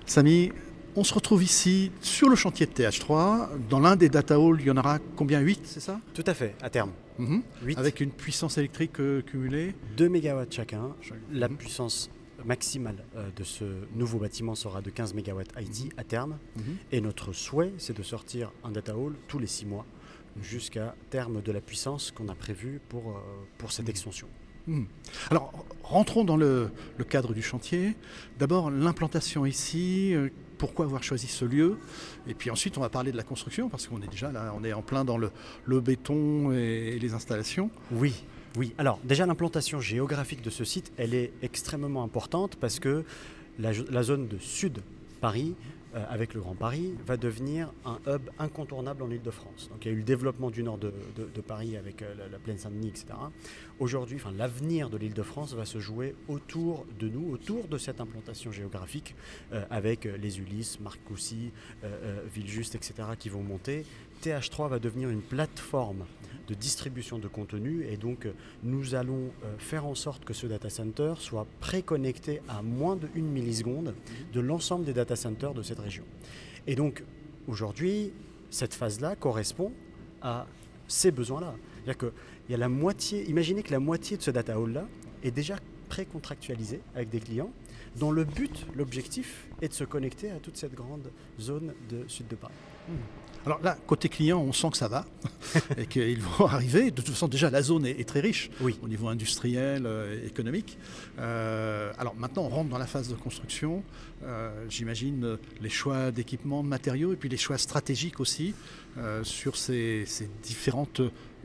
Samy, on se retrouve ici sur le chantier de TH3. Dans l'un des data halls, il y en aura combien? 8, c'est ça? Tout à fait, à terme. 8. Avec une puissance électrique cumulée 2 MW chacun. La puissance maximale de ce nouveau bâtiment sera de 15 MW IT à terme. Et notre souhait, c'est de sortir un data hall tous les 6 mois jusqu'à terme de la puissance qu'on a prévue pour cette extension. Alors, rentrons dans le cadre du chantier. D'abord, l'implantation ici. Pourquoi avoir choisi ce lieu? Et puis ensuite, on va parler de la construction, parce qu'on est déjà là, on est en plein dans le béton et les installations. Oui. Alors, déjà, l'implantation géographique de ce site, elle est extrêmement importante parce que la zone de Sud Paris, avec le Grand Paris, va devenir un hub incontournable en Île-de-France. Donc il y a eu le développement du nord de Paris avec la plaine Saint-Denis, etc. Aujourd'hui, l'avenir de l'Île-de-France va se jouer autour de nous, autour de cette implantation géographique, avec les Ulysses, Marcoussis, Villejuste, etc. qui vont monter. TH3 va devenir une plateforme de distribution de contenu et donc nous allons faire en sorte que ce data center soit préconnecté à moins de 1 milliseconde de l'ensemble des data centers de cette région. Et donc aujourd'hui, cette phase-là correspond à ces besoins-là. C'est-à-dire qu'il y a la moitié, imaginez que la moitié de ce data hall-là est déjà précontractualisé avec des clients dont l'objectif est de se connecter à toute cette grande zone de sud de Paris. Alors là, côté client, on sent que ça va et qu'ils vont arriver. De toute façon, déjà, la zone est très riche au niveau industriel, économique. Alors maintenant, on rentre dans la phase de construction. J'imagine les choix d'équipements, de matériaux et puis les choix stratégiques aussi sur ces différentes...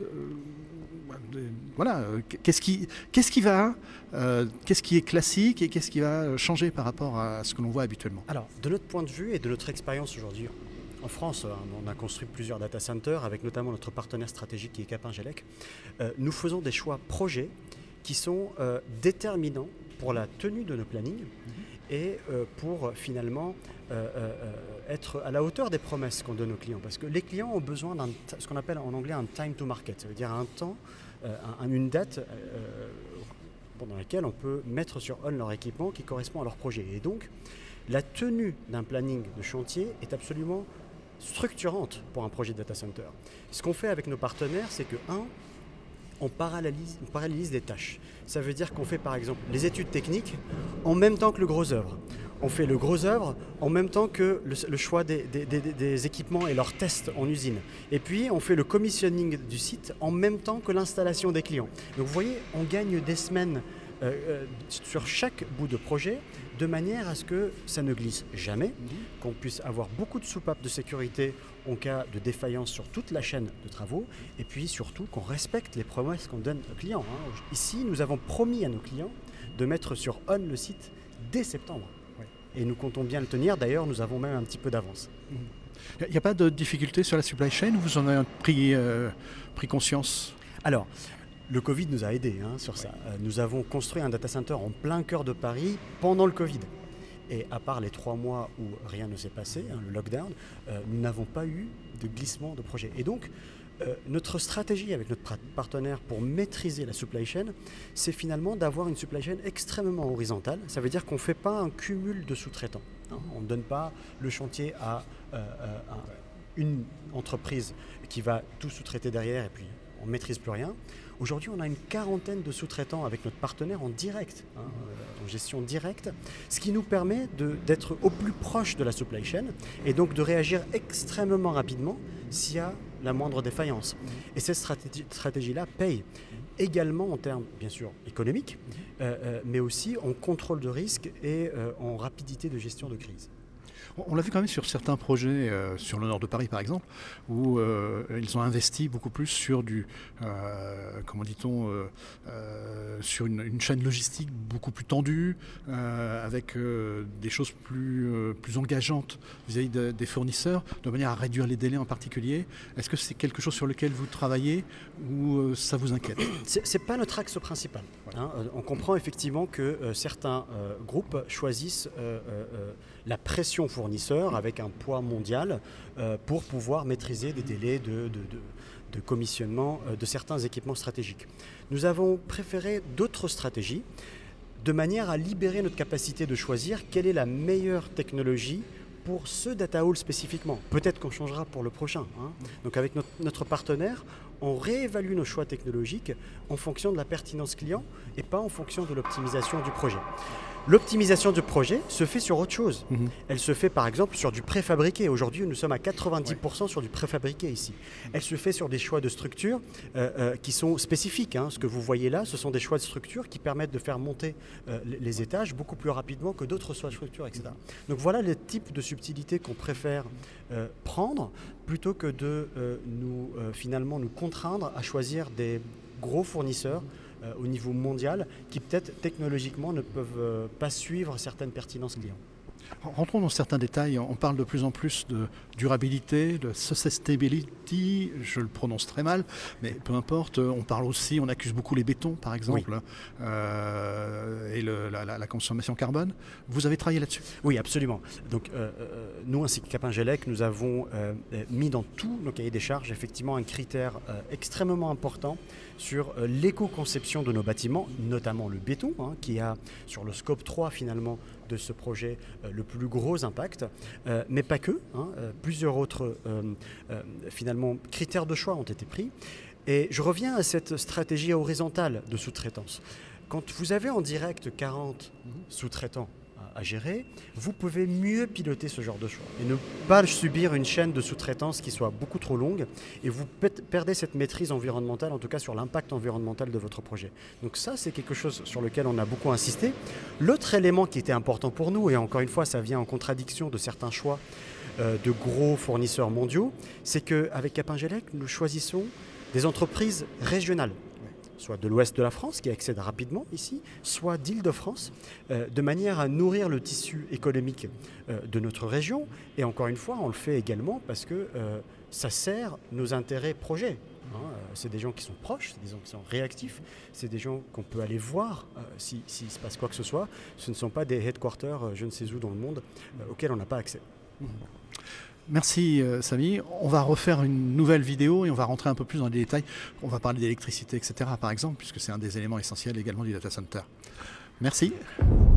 qu'est-ce qui est classique et qu'est-ce qui va changer par rapport à ce que l'on voit habituellement? Alors, de notre point de vue et de notre expérience aujourd'hui, en France, on a construit plusieurs data centers avec notamment notre partenaire stratégique qui est Capingelec. Nous faisons des choix projets qui sont déterminants pour la tenue de nos plannings et pour finalement être à la hauteur des promesses qu'on donne aux clients. Parce que les clients ont besoin d'un ce qu'on appelle en anglais un time to market, ça veut dire un temps, une date pendant laquelle on peut mettre sur on leur équipement qui correspond à leur projet. Et donc, la tenue d'un planning de chantier est absolument structurante pour un projet de data center. Ce qu'on fait avec nos partenaires, c'est que, on parallélise des tâches. Ça veut dire qu'on fait par exemple les études techniques en même temps que le gros œuvre. On fait le gros œuvre en même temps que le choix des équipements et leurs tests en usine. Et puis on fait le commissioning du site en même temps que l'installation des clients. Donc vous voyez, on gagne des semaines sur chaque bout de projet, de manière à ce que ça ne glisse jamais, qu'on puisse avoir beaucoup de soupapes de sécurité en cas de défaillance sur toute la chaîne de travaux, et puis surtout qu'on respecte les promesses qu'on donne aux clients. Ici, nous avons promis à nos clients de mettre sur on le site dès septembre. Et nous comptons bien le tenir, d'ailleurs nous avons même un petit peu d'avance. Il n'y a pas de difficulté sur la supply chain ou vous en avez pris conscience? Alors, le Covid nous a aidés sur ça. Nous avons construit un data center en plein cœur de Paris pendant le Covid. Et à part les 3 mois où rien ne s'est passé, le lockdown, nous n'avons pas eu de glissement de projet. Et donc, notre stratégie avec notre partenaire pour maîtriser la supply chain, c'est finalement d'avoir une supply chain extrêmement horizontale. Ça veut dire qu'on ne fait pas un cumul de sous-traitants. On ne donne pas le chantier à une entreprise qui va tout sous-traiter derrière et puis on ne maîtrise plus rien. Aujourd'hui, on a une quarantaine de sous-traitants avec notre partenaire en direct, en gestion directe, ce qui nous permet d'être au plus proche de la supply chain et donc de réagir extrêmement rapidement s'il y a la moindre défaillance. Et cette stratégie-là paye également en termes, bien sûr, économiques, mais aussi en contrôle de risque et en rapidité de gestion de crise. On l'a vu quand même sur certains projets, sur le nord de Paris par exemple, où ils ont investi beaucoup plus sur sur une chaîne logistique beaucoup plus tendue, avec des choses plus engageantes vis-à-vis des fournisseurs, de manière à réduire les délais en particulier. Est-ce que c'est quelque chose sur lequel vous travaillez ou ça vous inquiète? C'est pas notre axe principal. On comprend effectivement que certains groupes choisissent la pression fournisseur avec un poids mondial pour pouvoir maîtriser des délais de commissionnement de certains équipements stratégiques. Nous avons préféré d'autres stratégies. de manière à libérer notre capacité de choisir quelle est la meilleure technologie pour ce data hall spécifiquement. Peut-être qu'on changera pour le prochain. Hein. Donc avec notre partenaire, on réévalue nos choix technologiques en fonction de la pertinence client et pas en fonction de l'optimisation du projet. L'optimisation du projet se fait sur autre chose. Elle se fait par exemple sur du préfabriqué. Aujourd'hui, nous sommes à 90% sur du préfabriqué ici. Elle se fait sur des choix de structure qui sont spécifiques. Hein. Ce que vous voyez là, ce sont des choix de structure qui permettent de faire monter les étages beaucoup plus rapidement que d'autres choix de structure, etc. Donc voilà le type de subtilité qu'on préfère prendre plutôt que de finalement nous contraindre à choisir des gros fournisseurs au niveau mondial qui peut-être technologiquement ne peuvent pas suivre certaines pertinences clients. Rentrons dans certains détails. On parle de plus en plus de durabilité, de sustainability, je le prononce très mal, mais peu importe. On parle aussi, on accuse beaucoup les bétons, par exemple, oui. Et la consommation carbone. Vous avez travaillé là-dessus? Oui, absolument. Donc, nous, ainsi que Capingelec, nous avons mis dans tous nos cahiers des charges, effectivement, un critère extrêmement important sur l'éco-conception de nos bâtiments, notamment le béton, hein, qui a, sur le scope 3, finalement, de ce projet le plus gros impact, mais pas que. Hein, plusieurs autres finalement critères de choix ont été pris. Et je reviens à cette stratégie horizontale de sous-traitance. Quand vous avez en direct 40 sous-traitants à gérer, vous pouvez mieux piloter ce genre de choix et ne pas subir une chaîne de sous-traitance qui soit beaucoup trop longue et vous perdez cette maîtrise environnementale, en tout cas sur l'impact environnemental de votre projet. Donc ça, c'est quelque chose sur lequel on a beaucoup insisté. L'autre élément qui était important pour nous, et encore une fois, ça vient en contradiction de certains choix de gros fournisseurs mondiaux, c'est qu'avec Capingelec, nous choisissons des entreprises régionales, soit de l'ouest de la France, qui accèdent rapidement ici, soit d'Île-de-France, de manière à nourrir le tissu économique de notre région. Et encore une fois, on le fait également parce que ça sert nos intérêts projets. Hein, c'est des gens qui sont proches, c'est des gens qui sont réactifs, c'est des gens qu'on peut aller voir s'il se passe quoi que ce soit. Ce ne sont pas des headquarters, je ne sais où dans le monde, auxquels on n'a pas accès. Merci Samy. On va refaire une nouvelle vidéo et on va rentrer un peu plus dans les détails. On va parler d'électricité, etc. par exemple, puisque c'est un des éléments essentiels également du data center. Merci.